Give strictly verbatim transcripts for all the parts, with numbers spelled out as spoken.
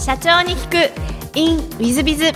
社長に聞く in ウィズビズ。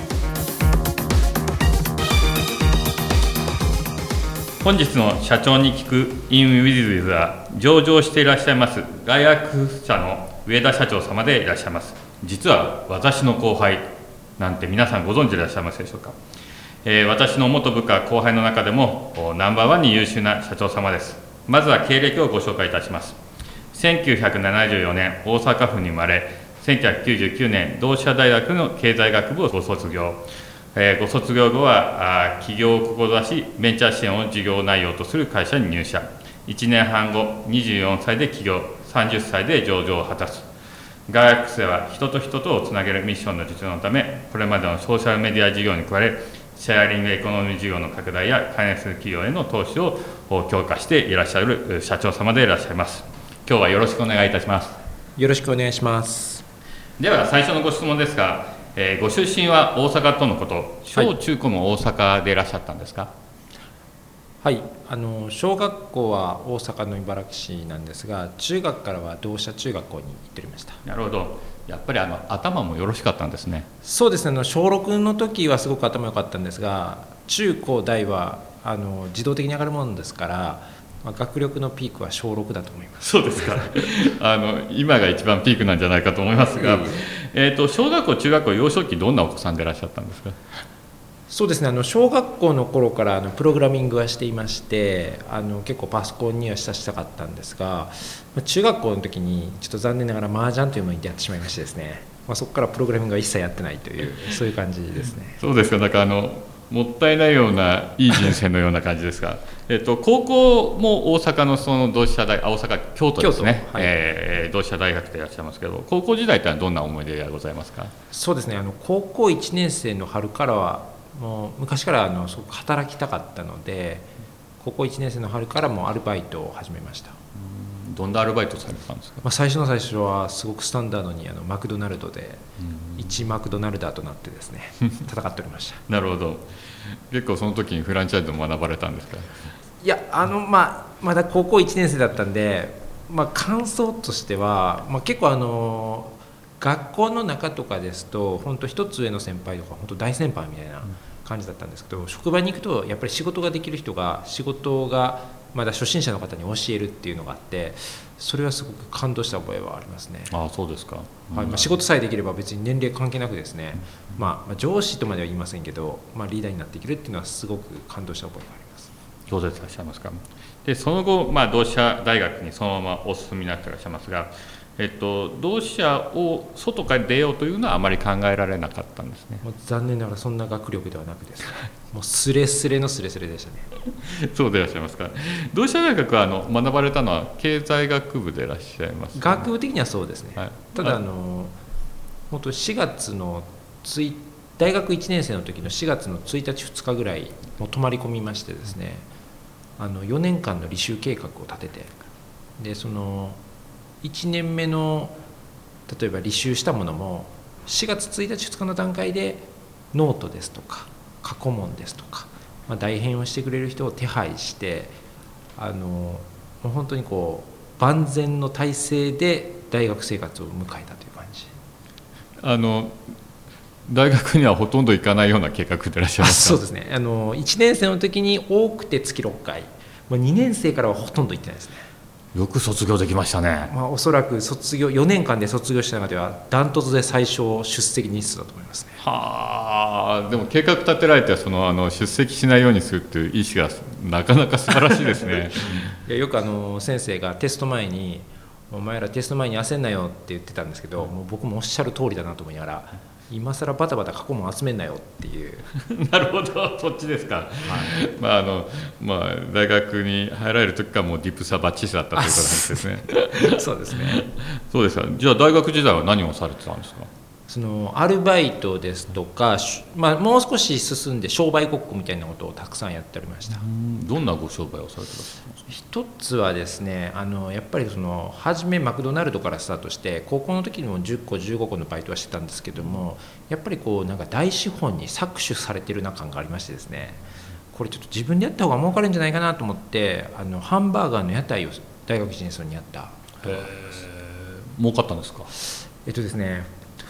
本日の社長に聞く in ウィズビズは上場していらっしゃいます大学社の上田社長様でいらっしゃいます。実は私の後輩なんて皆さんご存知でいらっしゃいますでしょうか。えー、私の元部下後輩の中でもナンバーワンに優秀な社長様です。まずは経歴をご紹介いたします。せんきゅうひゃくななじゅうよねん大阪府に生まれ、せんきゅうひゃくきゅうじゅうきゅうねん同志社大学の経済学部をご卒業。えー、ご卒業後は起業を志しベンチャー支援を事業内容とする会社に入社。いちねんはんご、にじゅうよんさいで起業、さんじゅっさいで上場を果たす。大学生は人と人とをつなげるミッションの実現のため、これまでのソーシャルメディア事業に加え、シェアリングエコノミー事業の拡大や関連する企業への投資を強化していらっしゃる社長様でいらっしゃいます。今日はよろしくお願いいたします。 よろしくお願いします。 では最初のご質問ですが、えー、ご出身は大阪とのこと、小中高も大阪でいらっしゃったんですか？ はい、あの小学校は大阪の茨木市なんですが、中学からは同志社中学校に行っておりました。 なるほど。やっぱりあの頭もよろしかったんですね。 そうですね、あの小ろくの時はすごく頭良かったんですが、中高大はあの自動的に上がるものですから、まあ、学力のピークは小ろくだと思います。 そうですか。あの今が一番ピークなんじゃないかと思いますが、えーと、小学校中学校幼少期どんなお子さんでいらっしゃったんですか？ そうですね、あの小学校の頃からあのプログラミングはしていまして、あの結構パソコンには親したかったんですが、中学校の時にちょっと残念ながら麻雀というものに出会ってしまいましてですね、まあ、そこからプログラミングは一切やってないというそういう感じですね。 そうですか。なんかあのもったいないようないい人生のような感じですがえっと高校も大阪のその同志社大大阪京都ですね、はい、えー、同志社大学でいらっしゃいますけど、高校時代というのはどんな思い出がございますか？ そうですね、あの高校いちねん生の春からはもう昔からあのすごく働きたかったので、高校いちねん生の春からもうアルバイトを始めました。 うん、どんなアルバイトされたんですか？ まあ、最初の最初はすごくスタンダードにあのマクドナルドでいちマクドナルダーとなってですね戦っておりました。 なるほど。結構その時にフランチャイズも学ばれたんですか？ いや、あの、まあ、まだ高校いちねん生だったんで、まあ、感想としては、まあ、結構あの学校の中とかですと本当一つ上の先輩とか本当大先輩みたいな感じだったんですけど、職場に行くとやっぱり仕事ができる人が仕事がまだ初心者の方に教えるっていうのがあって、それはすごく感動した覚えはありますね。 ああ、そうですか。 はい、まあ、仕事さえできれば別に年齢関係なくですね、まあ、まあ上司とまでは言いませんけど、まあ、リーダーになっていけるっていうのはすごく感動した覚えがあります。 どうでいらっしゃいますか？でその後、まあ、同志社大学にそのままお進みになっていらっしゃいますが、えっと、同志社を外から出ようというのはあまり考えられなかったんですね。 もう残念ながらそんな学力ではなくですねもうスレスレのスレスレでしたね。 そうでいらっしゃいますか。同志社大学はあの学ばれたのは経済学部でいらっしゃいます、ね、 学部的にはそうですね、はい、ただあの本当しがつのつい大学いちねん生の時のしがつのついたちふつかぐらいもう泊まり込みましてですね、あのよねんかんの履修計画を立てて、でそのいちねんめの例えば履修したものもしがつついたちふつかの段階でノートですとか過去問ですとか、まあ、代編をしてくれる人を手配して、あのもう本当にこう万全の体制で大学生活を迎えたという感じ。 あの大学にはほとんど行かないような計画でいらっしゃいますか？ そうですね、あのいちねん生の時に多くて月ろっかい、まあ、にねん生からはほとんど行ってないですね。 よく卒業できましたね。 まあ、おそらく卒業よねんかんで卒業した中ではダントツで最小出席日数だと思いますね。 はあ、でも計画立てられてそのあの出席しないようにするっていう意思がなかなか素晴らしいですねいや、よくあの先生がテスト前にお前らテスト前に焦んなよって言ってたんですけど、もう僕もおっしゃる通りだなと思いながら、今更バタバタ過去問集めんなよっていうなるほど、そっちですか。はい、まああのまあ、大学に入られる時からもうディップサバッチスだったということですねそうですね。 そうですか。じゃあ大学時代は何をされてたんですか？ そのアルバイトですとか、まあ、もう少し進んで商売ごっこみたいなことをたくさんやっておりました。 どんなご商売をされてらっしゃいますか？ 一つはですね、あのやっぱりその初めマクドナルドからスタートして、高校の時にもじゅっこじゅうごこのバイトはしてたんですけども、やっぱりこうなんか大資本に搾取されてるな感がありましてですね、これちょっと自分でやった方が儲かるんじゃないかなと思って、あのハンバーガーの屋台を大学いちねん生にやった。 へー、儲かったんですか？ えっとですね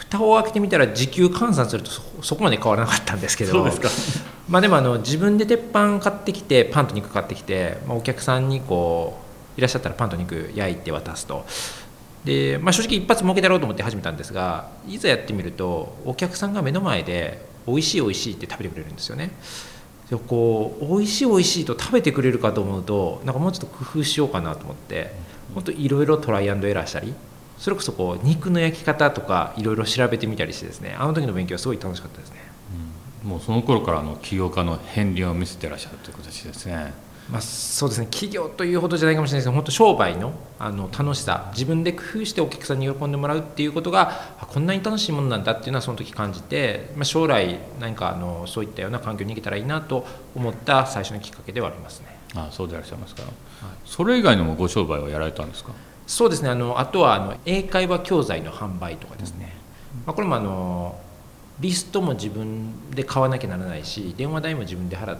蓋を開けてみたら時給換算すると そ, そこまで変わらなかったんですけど、 そうですか。 まあでもあの自分で鉄板買ってきてパンと肉買ってきて、まあ、お客さんにこういらっしゃったらパンと肉焼いて渡すと。で、まあ、正直一発儲けだろうと思って始めたんですが、いざやってみるとお客さんが目の前で美味しい美味しいって食べてくれるんですよね。でこう美味しい美味しいと食べてくれるかと思うと、なんかもうちょっと工夫しようかなと思って、本当いろいろトライアンドエラーしたり、それこそこう肉の焼き方とかいろいろ調べてみたりしてですね、あの時の勉強はすごい楽しかったですね。 うん、もうその頃からあの起業家の片鱗を見せていらっしゃるという形ですね。 まあ、そうですね、企業というほどじゃないかもしれないですけど、本当商売 の, あの楽しさ、自分で工夫してお客さんに喜んでもらうっていうことがこんなに楽しいものなんだっていうのはその時感じて、まあ、将来何かあのそういったような環境に行けたらいいなと思った最初のきっかけではありますね。 ああ、そうでいらっしゃいますか。はい、それ以外にもご商売をやられたんですか。 そうですね、あのあとはあの英会話教材の販売とかですね、うん、まあ、これもあのリストも自分で買わなきゃならないし、電話代も自分で払って、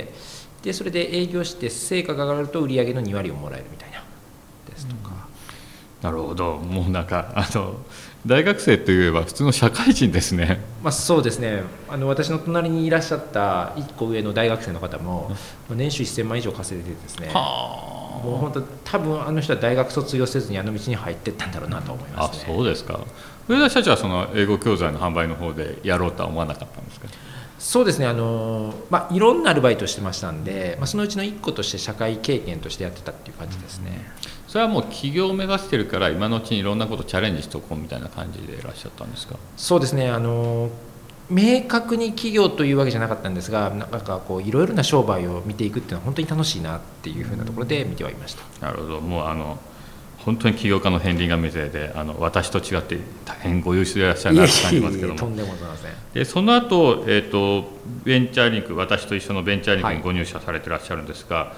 でそれで営業して成果が上がると売上のに割をもらえるみたいなですとか、 うん、なるほど。もうなんかあの大学生といえば普通の社会人ですね。 まあ、そうですね、あの私の隣にいらっしゃったいっこ上の大学生の方も、うん、年収せんまん以上稼いでてですね、はもう本当多分あの人は大学卒業せずにあの道に入っていったんだろうなと思いますね。 あ、そうですか。上田社長はその英語教材の販売の方でやろうとは思わなかったんですか。 そうですね、あの、まあ、いろんなアルバイトしてましたんで、まあ、そのうちのいっことして社会経験としてやってたっていう感じですね。 うん、それはもう起業を目指してるから今のうちにいろんなことチャレンジしておこうみたいな感じでいらっしゃったんですか。 そうですね、あの明確に企業というわけじゃなかったんですが、なんかこういろいろな商売を見ていくっていうのは本当に楽しいなっていうふうなところで見てはいました。 なるほど。もうあの本当に起業家の片鱗が見せて、あの私と違って大変ご優秀でいらっしゃるなと感じますけども。 いえいえいえ、とんでもございません。 でその後、えーとベンチャーリンク、私と一緒のベンチャーリンクにご入社されていらっしゃるんですが、はい、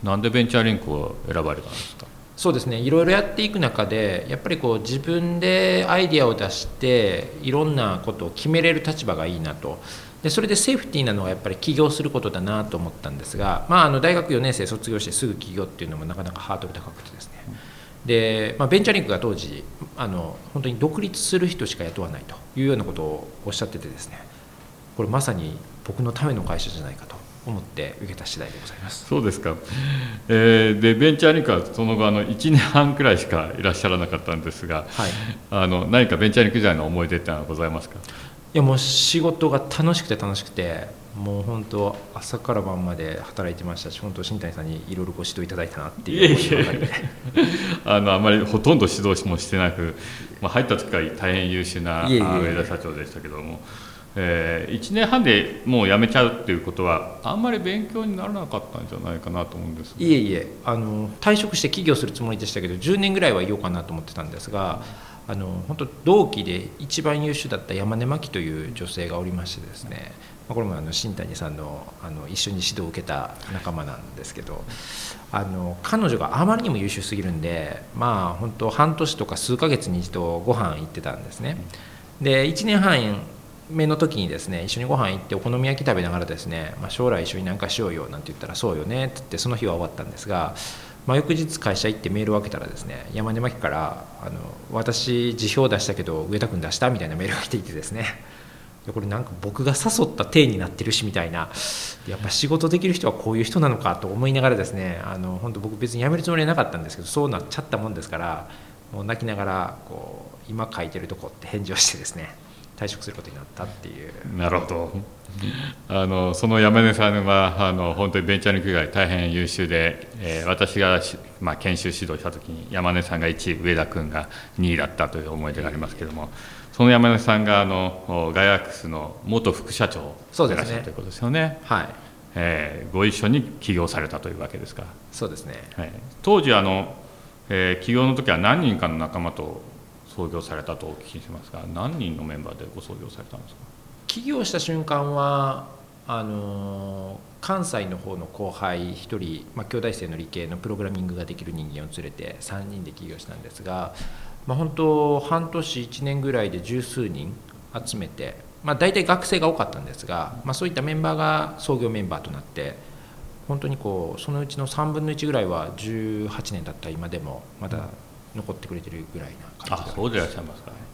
なんでベンチャーリンクを選ばれたんですか。 そうですね、いろいろやっていく中でやっぱりこう自分でアイデアを出していろんなことを決めれる立場がいいなと。でそれでセーフティーなのはやっぱり起業することだなと思ったんですが、まあ、あの大学よねん生卒業してすぐ起業っていうのもなかなかハードル高くてですね、で、まあ、ベンチャーリンクが当時あの本当に独立する人しか雇わないというようなことをおっしゃっててですね、これまさに僕のための会社じゃないかと思って受けた次第でございます。 そうですか。えー、でベンチャーリンクはその後あのいちねんはんくらいしかいらっしゃらなかったんですが、はい、あの何かベンチャーリンク時代の思い出ってのはございますか。 いやもう仕事が楽しくて楽しくて、もう本当朝から晩まで働いてましたし、本当新谷さんにいろいろご指導いただいたなっていう思いばかりで、 あのあまりほとんど指導もしてなく、まあ、入った時から大変優秀な上田社長でしたけども、えー、いちねんはんでもう辞めちゃうっていうことはあんまり勉強にならなかったんじゃないかなと思うんです、ね、 いえいえ、あの退職して起業するつもりでしたけどじゅうねんぐらいはいようかなと思ってたんですが、あの本当同期で一番優秀だった山根真紀という女性がおりましてですね、これもあの新谷さん の, あの一緒に指導を受けた仲間なんですけど、あの彼女があまりにも優秀すぎるんで、まあ本当半年とか数ヶ月に一度ご飯行ってたんですね。でいちねんはん目の時にですね、一緒にご飯行ってお好み焼き食べながらですね、まあ、将来一緒に何かしようよなんて言ったらそうよねって言ってその日は終わったんですが、まあ、翌日会社行ってメールを開けたらですね、山根真紀からあの私辞表出したけど上田君出したみたいなメールが来ていてですね、これなんか僕が誘った体になってるしみたいな、やっぱ仕事できる人はこういう人なのかと思いながらですね、あの本当僕別に辞めるつもりはなかったんですけどそうなっちゃったもんですから、もう泣きながらこう今書いてるとこって返事をしてですね退職することになったっていう。 なるほど。あのその山根さんはあの本当にベンチャーリンク以外大変優秀で、えー、私が、まあ、研修指導した時に山根さんがいちい、上田君がにいだったという思い出がありますけれども、その山根さんがあのガイアックスの元副社長でいらっしゃるということですよね。 はい、 えー、ご一緒に起業されたというわけですか。 そうですね、 はい、当時あの、えー、起業の時は何人かの仲間と創業されたとお聞きしますが、何人のメンバーでご創業されたんですか。 起業した瞬間はあの関西の方の後輩ひとり、まあ、京大生の理系のプログラミングができる人間を連れてさんにんで起業したんですが、まあ、本当半年いちねんぐらいで十数人集めて、まあ、大体学生が多かったんですが、まあ、そういったメンバーが創業メンバーとなって本当にこうそのうちのさんぶんのいちぐらいはじゅうはちねん経った今でもまだ残ってくれてるぐらいな感じで。 あ、そうでいらっしゃいますか。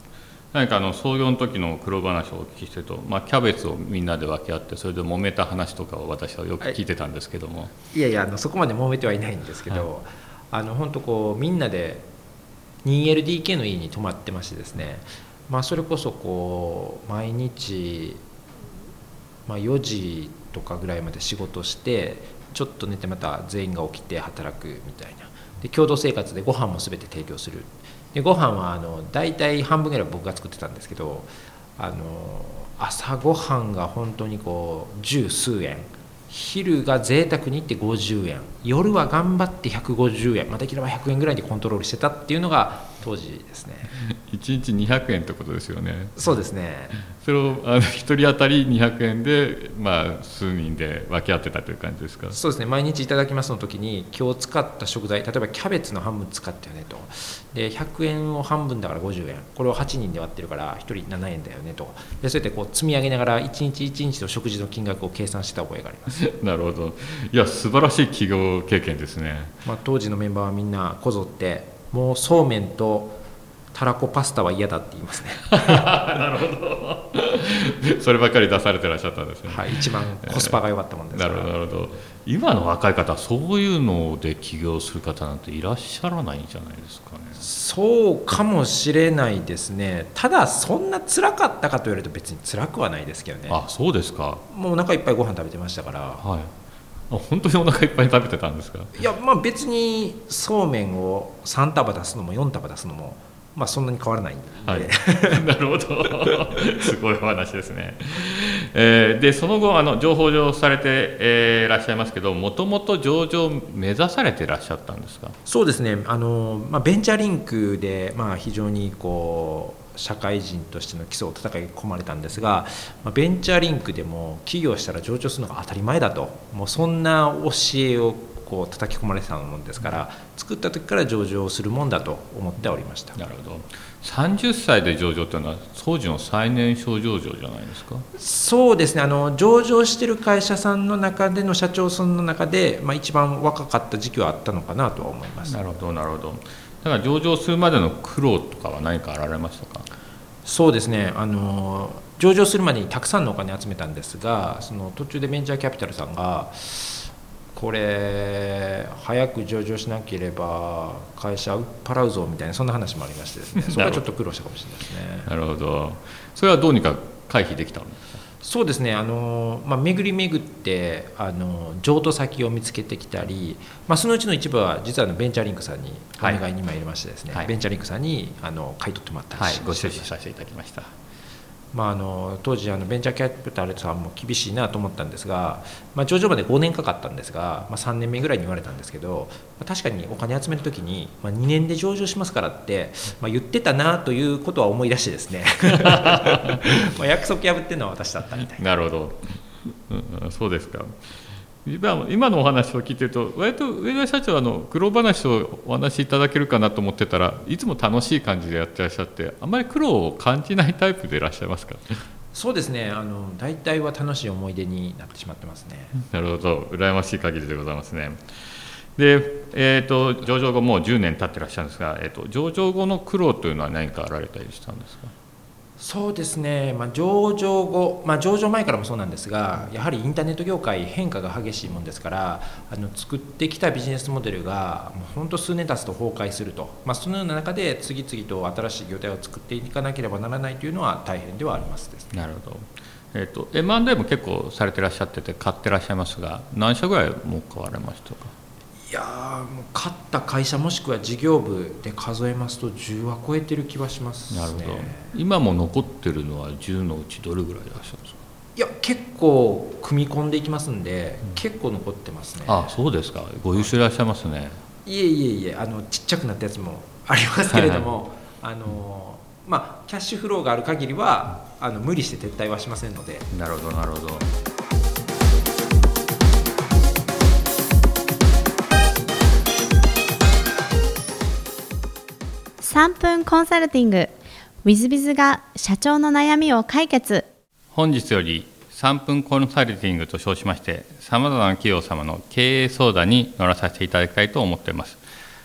何かあの創業の時の苦労話をお聞きしてると、まあ、キャベツをみんなで分け合ってそれで揉めた話とかを私はよく聞いてたんですけども、 はい、いやいやあのそこまで揉めてはいないんですけど、はい、あの本当こうみんなで ツーエルディーケー の家に泊まってましてですね、まあ、それこそこう毎日、まあ、よじとかぐらいまで仕事してちょっと寝てまた全員が起きて働くみたいなで共同生活でご飯も全て提供するでご飯はあの大体半分ぐらい僕が作ってたんですけどあの朝ごはんが本当にこう十数円昼が贅沢にいってごじゅうえん夜は頑張ってひゃくごじゅうえん、まあ、できればひゃくえんぐらいでコントロールしてたっていうのが当時ですね。 いちにちにひゃくえんってことですよね。 そうですね。 それをあのひとり当たりにひゃくえんで、まあ、数人で分け合ってたという感じですか。 そうですね。毎日いただきますの時に今日使った食材例えばキャベツの半分使ったよねとでひゃくえんを半分だからごじゅうえんこれをはちにんで割ってるからひとりななえんだよねとでそうやってこう積み上げながらいちにちいちにちの食事の金額を計算した覚えがあります。 なるほど。いや素晴らしい企業経験ですね。 まあ、当時のメンバーはみんなこぞってもうそうめんとたらこパスタは嫌だって言いますね。 なるほど。そればっかり出されてらっしゃったんですね。 はい、一番コスパが良かったもんですから。 なるほどなるほど。今の若い方はそういうので起業する方なんていらっしゃらないんじゃないですかね。 そうかもしれないですね。ただそんな辛かったかと言われると別に辛くはないですけどね。 あ、そうですか。 もうお腹いっぱいご飯食べてましたから。 はい。本当にお腹いっぱい食べてたんですか。 いやまあ別にそうめんをさん束出すのもよん束出すのもまあそんなに変わらないんで、 はい、なるほど。すごいお話ですね。えー、でその後あの情報上されて、えー、いらっしゃいますけどもともと上場を目指されていらっしゃったんですか。 そうですねあの、まあ、ベンチャーリンクで、まあ、非常にこう社会人としての基礎を叩き込まれたんですが、まあ、ベンチャーリンクでも起業したら上場するのが当たり前だともうそんな教えをこう叩き込まれてたもんですから作った時から上場するもんだと思っておりました。 なるほど。さんじゅっさいで上場というのは当時の最年少上場じゃないですか。 そうですねあの上場している会社さんの中での社長さんの中で、まあ、一番若かった時期はあったのかなとは思います。 なるほどなるほど。だから上場するまでの苦労とかは何かあられましたか。 そうですねあの上場するまでにたくさんのお金を集めたんですがその途中でベンチャーキャピタルさんがこれ早く上場しなければ会社売っ払うぞみたいなそんな話もありましてですねそこはちょっと苦労したかもしれないですね。 なるほど。それはどうにか回避できたんですか。 そうですねあの、まあ、巡り巡ってあの譲渡先を見つけてきたり、まあ、そのうちの一部は実はあのベンチャーリンクさんにお願いに参りましてですね、はい、ベンチャーリンクさんにあの買い取ってもらったりし、 はい、ご出資させていただきました。 まあ、あの当時あのベンチャーキャピタルさんも厳しいなと思ったんですが、まあ、上場までごねんかかったんですが、まあ、さんねんめぐらいに言われたんですけど、まあ、確かにお金集めるときに、まあ、にねんで上場しますからって、まあ、言ってたなということは思い出してですねまあ約束破ってるのは私だったみたいな。 なるほど、うん、そうですか。今, 今のお話を聞いてると割と上田社長はあの苦労話をお話しいただけるかなと思ってたらいつも楽しい感じでやってらっしゃってあんまり苦労を感じないタイプでいらっしゃいますか。 そうですねあの大体は楽しい思い出になってしまってますね。 なるほど羨ましい限りでございますね。で、えー、と上場後もうじゅうねん経ってらっしゃるんですが、えー、と上場後の苦労というのは何かあられたりしたんですか。 そうですね、まあ、上場後、まあ、上場前からもそうなんですがやはりインターネット業界変化が激しいもんですからあの作ってきたビジネスモデルがもう本当数年経つと崩壊すると、まあ、そのような中で次々と新しい業態を作っていかなければならないというのは大変ではありますです、ね、 なるほど。えー、と エムアンドエー も結構されてらっしゃってて買ってらっしゃいますが何社ぐらいもう買われましたか。 いやもう買った会社もしくは事業部で数えますとじゅうは超えてる気はしますね。 なるほど。今も残ってるのはじゅうのうちどれぐらいいらっしゃるんですか。 いや結構組み込んでいきますんで、うん、結構残ってますね。 ああそうですか。ご優秀いらっしゃいますね。 いえいえいえあのちっちゃくなったやつもありますけれども、はいはい、あのまあキャッシュフローがある限りはあの無理して撤退はしませんので。 なるほどなるほど。 さんぷんコンサルティング ウィズビズ が社長の悩みを解決。 本日よりさんぷんコンサルティングと称しましてさまざまな企業様の経営相談に乗らさせていただきたいと思っています。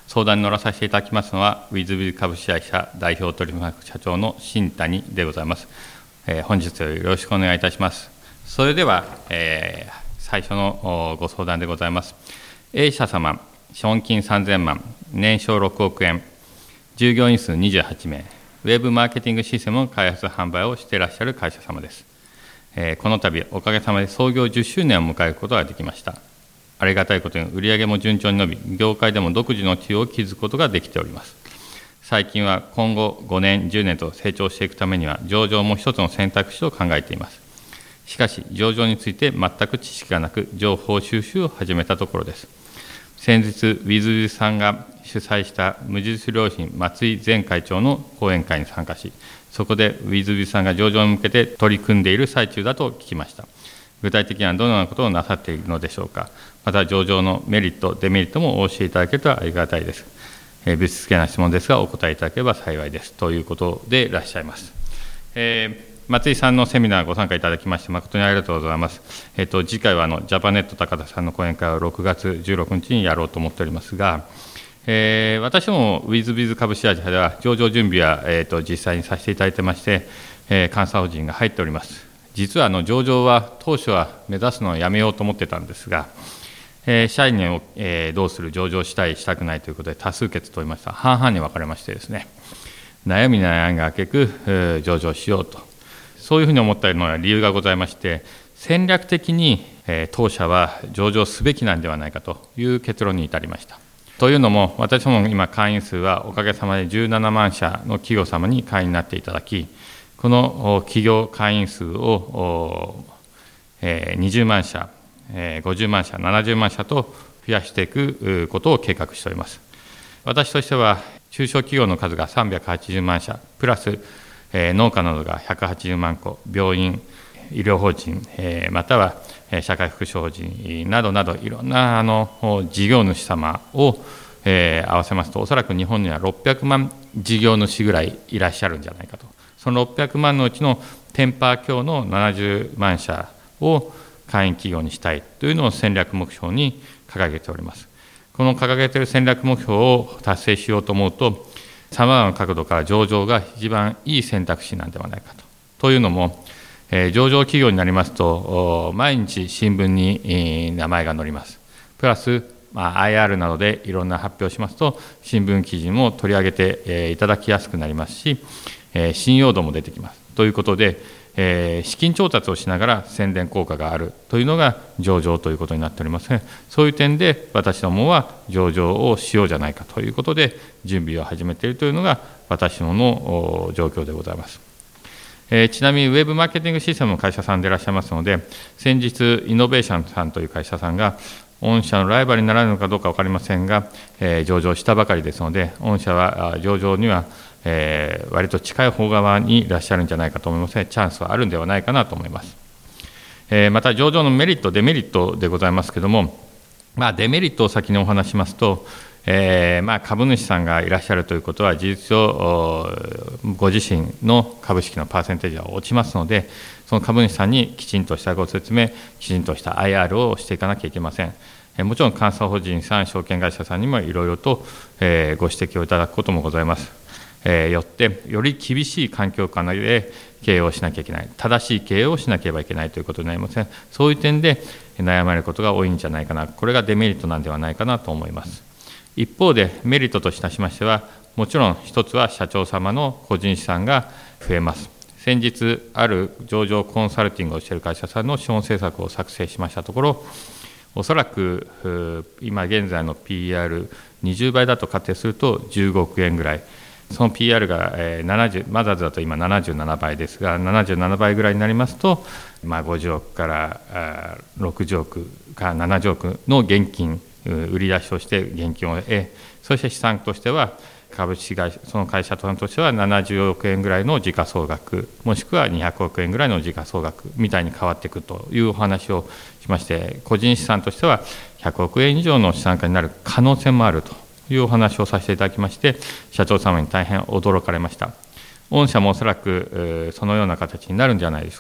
相談に乗らさせていただきますのは、ウィズビズ株式会社代表取締役社長の新谷でございます。えー、本日よろしくお願いいたします。それでは、えー、最初のご相談でございます。A 社様、資本金さんぜんまん、年商ろくおくえん、従業員数にじゅうはちめい、ウェブマーケティングシステムの開発販売をしていらっしゃる会社様です。えー、この度、おかげさまで創業じゅっしゅうねんを迎えることができました。ありがたいことに売上も順調に伸び、業界でも独自の地位を築くことができております。最近は今後ごねん、じゅうねんと成長していくためには、上場も一つの選択肢と考えています。しかし、上場について全く知識がなく、情報収集を始めたところです。先日、ウィズビズさんが主催した無印良品松井前会長の講演会に参加し、そこでウィズビズさんが上場に向けて取り組んでいる最中だと聞きました。具体的にはどのようなことをなさっているのでしょうか。また、上場のメリット、デメリットもお教えいただけるとありがたいです。えー、ぶしつけな質問ですが、お答えいただければ幸いです。ということでいらっしゃいます。えー松井さんのセミナーご参加いただきまして誠にありがとうございます。えっと、次回はあのジャパネット高田さんの講演会をろくがつじゅうろくにちにやろうと思っておりますが、えー、私どもウィズビズ株式会社では上場準備は、えー、と実際にさせていただいてまして、えー、監査法人が入っております。実はあの上場は当初は目指すのをやめようと思ってたんですが、えー、社員を、えー、どうする、上場したいしたくないということで多数決取りました。半々に分かれましてですね、悩み悩んが結局、えー、上場しようと、そういうふうに思ったのは理由がございまして、戦略的に、えー、当社は上場すべきなんではないかという結論に至りました。というのも、私ども今、会員数はおかげさまでじゅうななまんしゃの企業様に会員になっていただき、この企業会員数を、えー、にじゅうまんしゃ、えー、ごじゅうまんしゃ、ななじゅうまんしゃと増やしていくことを計画しております。私としては、中小企業の数がさんびゃくはちじゅうまんしゃ、プラス農家などがひゃくはちじゅうまんこ、病院、医療法人、または社会福祉法人などなど、いろんなあの事業主様を合わせますと、おそらく日本にはろっぴゃくまん事業主ぐらいいらっしゃるんじゃないかと。そのろっぴゃくまんのうちのテンパー強のななじゅうまんしゃを会員企業にしたいというのを戦略目標に掲げております。この掲げている戦略目標を達成しようと思うと、さまざまな角度から上場が一番いい選択肢なんではないかと。というのも、えー、上場企業になりますと、毎日新聞に、えー、名前が載ります。プラス、まあ、アイアール などでいろんな発表をしますと、新聞記事も取り上げて、えー、いただきやすくなりますし、えー、信用度も出てきます。ということで、えー、資金調達をしながら宣伝効果があるというのが上場ということになっておりますね。そういう点で私どもは上場をしようじゃないかということで準備を始めているというのが私どもの状況でございます。えー、ちなみにウェブマーケティングシステムの会社さんでいらっしゃいますので、先日イノベーションさんという会社さんが御社のライバルになられるのかどうか分かりませんが、えー、上場したばかりですので、御社は上場にはえー、割と近い方側にいらっしゃるんじゃないかと思いますので、チャンスはあるんではないかなと思います。えー、また、上場のメリット、デメリットでございますけれども、まあ、デメリットを先にお話しますと、えーまあ、株主さんがいらっしゃるということは、事実上、ご自身の株式のパーセンテージは落ちますので、その株主さんにきちんとしたご説明、きちんとした アイアール をしていかなきゃいけません。もちろん、監査法人さん、証券会社さんにもいろいろと、えー、ご指摘をいただくこともございます。えー、よって、より厳しい環境下で経営をしなきゃいけない、正しい経営をしなければいけないということになりますね。そういう点で悩まれることが多いんじゃないかな、これがデメリットなんではないかなと思います。一方で、メリットとしましては、もちろん一つは社長様の個人資産が増えます。先日、ある上場コンサルティングをしている会社さんの資本政策を作成しましたところ、おそらく今現在の ピーアールにじゅうばいだと仮定するとじゅうごおくえんぐらい、その ピーアール がななじゅう、マザーズだと今ななじゅうななばいですが、ななじゅうななばいぐらいになりますと、まあ、ごじゅうおくからろくじゅうおくかななじゅうおくの現金、売り出しとして現金を得、そして資産としては、株式会社、その会社としてはななじゅうおくえんぐらいの時価総額、もしくはにひゃくおくえんぐらいの時価総額みたいに変わっていくというお話をしまして、個人資産としてはひゃくおくえん以上の資産家になる可能性もあるというお話をさせていただきまして、社長様に大変驚かれました。御社もおそらくそのような形になるんじゃないでしょうか。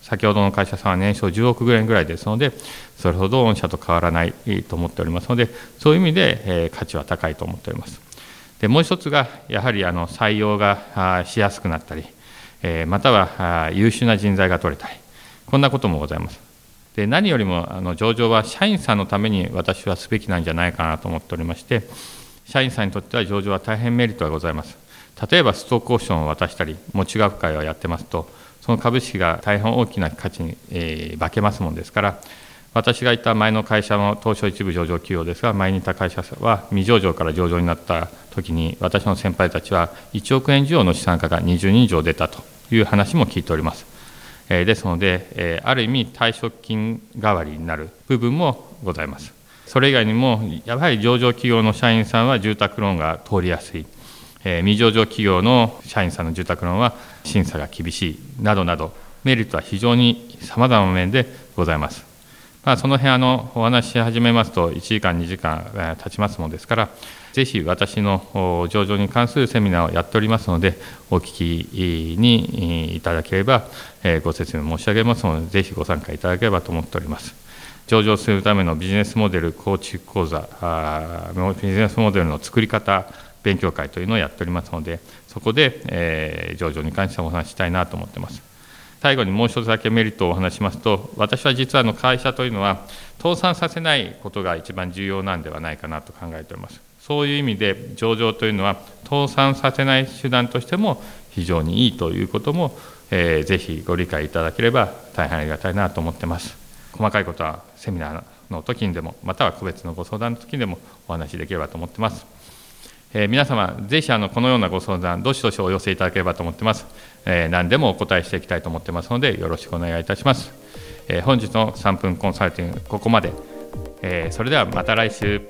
先ほどの会社さんは年商じゅうおくぐらいぐらいですので、それほど御社と変わらないと思っておりますので、そういう意味で、えー、価値は高いと思っております。でもう一つが、やはりあの採用がしやすくなったり、えー、または優秀な人材が取れたり、こんなこともございます。で何よりもあの上場は社員さんのために私はすべきなんじゃないかなと思っておりまして、社員さんにとっては上場は大変メリットがございます。例えばストックオプションを渡したり、持ち株会をやってますと、その株式が大変大きな価値に、えー、化けますものですから、私がいた前の会社の東証一部上場企業ですが、前にいた会社は未上場から上場になったときに、私の先輩たちはいちおくえん以上の資産家がにじゅうにん以上出たという話も聞いております。ですので、ある意味退職金代わりになる部分もございます。それ以外にも、やはり上場企業の社員さんは住宅ローンが通りやすい、未上場企業の社員さんの住宅ローンは審査が厳しいなどなど、メリットは非常にさまざまな面でございます。まあ、その辺あのお話し始めますといちじかんにじかん経ちますものですから、ぜひ私の上場に関するセミナーをやっておりますので、お聞きにいただければご説明申し上げますので、ぜひご参加いただければと思っております。上場するためのビジネスモデル構築講座、ビジネスモデルの作り方勉強会というのをやっておりますので、そこで、えー、上場に関してお話ししたいなと思っています。最後にもう一つだけメリットをお話しますと、私は実はあの会社というのは倒産させないことが一番重要なんではないかなと考えております。そういう意味で上場というのは倒産させない手段としても非常にいいということも、えー、ぜひご理解いただければ大変ありがたいなと思っています。細かいことはセミナーの時にでも、または個別のご相談の時にでもお話しできればと思っています。えー、皆様、ぜひあのこのようなご相談、どしどしお寄せいただければと思っています。えー、何でもお答えしていきたいと思っていますので、よろしくお願いいたします。えー、本日のさんぷんコンサルティング、ここまで。えー、それではまた来週。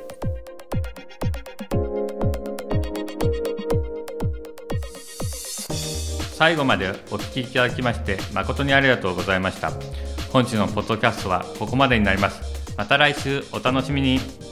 最後までお聞きいただきまして誠にありがとうございました。本日のポッドキャストはここまでになります。また来週お楽しみに。